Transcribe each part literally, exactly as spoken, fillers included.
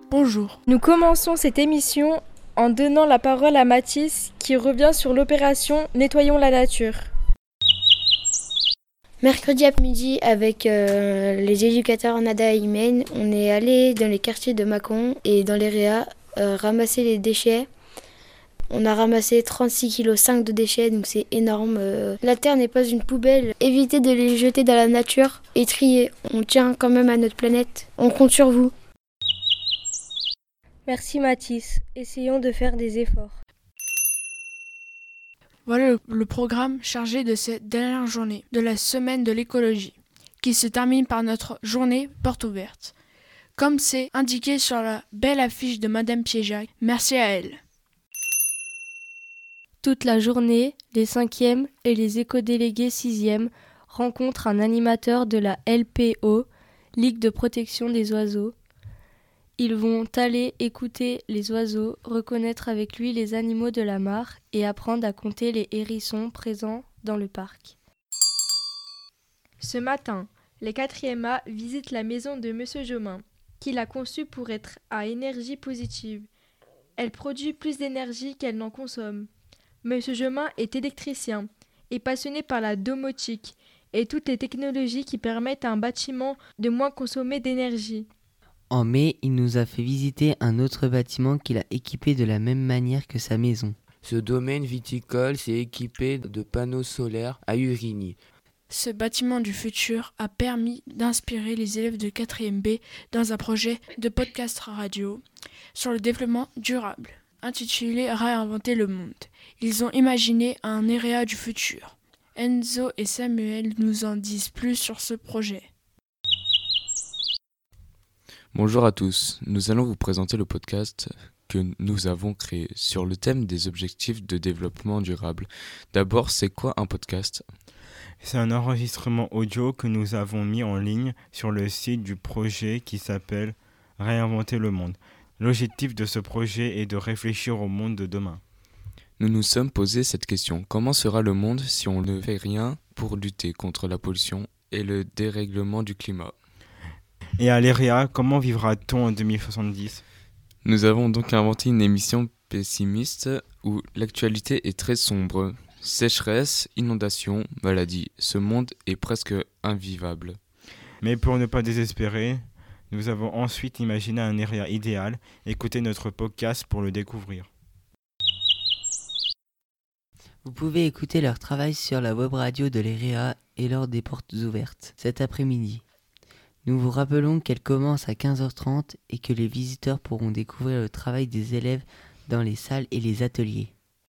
Bonjour. Nous commençons cette émission en donnant la parole à Mathis qui revient sur l'opération Nettoyons la nature. Mercredi après-midi, avec euh, les éducateurs Nada et Imen, on est allé dans les quartiers de Mâcon et dans les réas euh, ramasser les déchets. On a ramassé trente-six virgule cinq kilos de déchets, donc c'est énorme. Euh, la terre n'est pas une poubelle. Évitez de les jeter dans la nature et trier. On tient quand même à notre planète. On compte sur vous. Merci Mathis. Essayons de faire des efforts. Voilà le, le programme chargé de cette dernière journée de la semaine de l'écologie, qui se termine par notre journée porte ouverte. Comme c'est indiqué sur la belle affiche de Madame Piéjac, merci à elle. Toute la journée, les cinquièmes et les éco-délégués sixièmes rencontrent un animateur de la L P O, Ligue de protection des oiseaux. Ils vont aller écouter les oiseaux, reconnaître avec lui les animaux de la mare et apprendre à compter les hérissons présents dans le parc. Ce matin, les quatrièmes A visitent la maison de Monsieur Jomain, qu'il a conçue pour être à énergie positive. Elle produit plus d'énergie qu'elle n'en consomme. Monsieur Jomain est électricien et passionné par la domotique et toutes les technologies qui permettent à un bâtiment de moins consommer d'énergie. En mai, il nous a fait visiter un autre bâtiment qu'il a équipé de la même manière que sa maison. Ce domaine viticole s'est équipé de panneaux solaires à Urigny. Ce bâtiment du futur a permis d'inspirer les élèves de quatrième B dans un projet de podcast radio sur le développement durable, intitulé « Réinventer le monde ». Ils ont imaginé un N R E A du futur. Enzo et Samuel nous en disent plus sur ce projet. Bonjour à tous, nous allons vous présenter le podcast que nous avons créé sur le thème des objectifs de développement durable. D'abord, c'est quoi un podcast ? C'est un enregistrement audio que nous avons mis en ligne sur le site du projet qui s'appelle Réinventer le monde. L'objectif de ce projet est de réfléchir au monde de demain. Nous nous sommes posé cette question. Comment sera le monde si on ne fait rien pour lutter contre la pollution et le dérèglement du climat ? Et à l'E R E A, comment vivra-t-on en deux mille soixante-dix ? Nous avons donc inventé une émission pessimiste où l'actualité est très sombre. Sécheresse, inondations, maladies. Ce monde est presque invivable. Mais pour ne pas désespérer, nous avons ensuite imaginé un N R E A idéal. Écoutez notre podcast pour le découvrir. Vous pouvez écouter leur travail sur la web radio de l'E R E A et lors des portes ouvertes cet après-midi. Nous vous rappelons qu'elle commence à quinze heures trente et que les visiteurs pourront découvrir le travail des élèves dans les salles et les ateliers.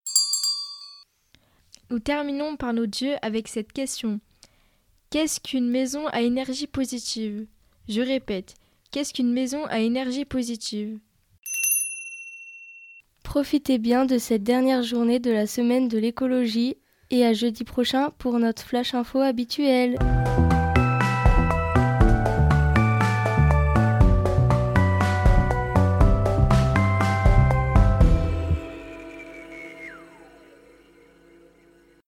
Nous terminons par nos dieux avec cette question. Qu'est-ce qu'une maison à énergie positive ? Je répète, qu'est-ce qu'une maison à énergie positive ? Profitez bien de cette dernière journée de la semaine de l'écologie et à jeudi prochain pour notre flash info habituel.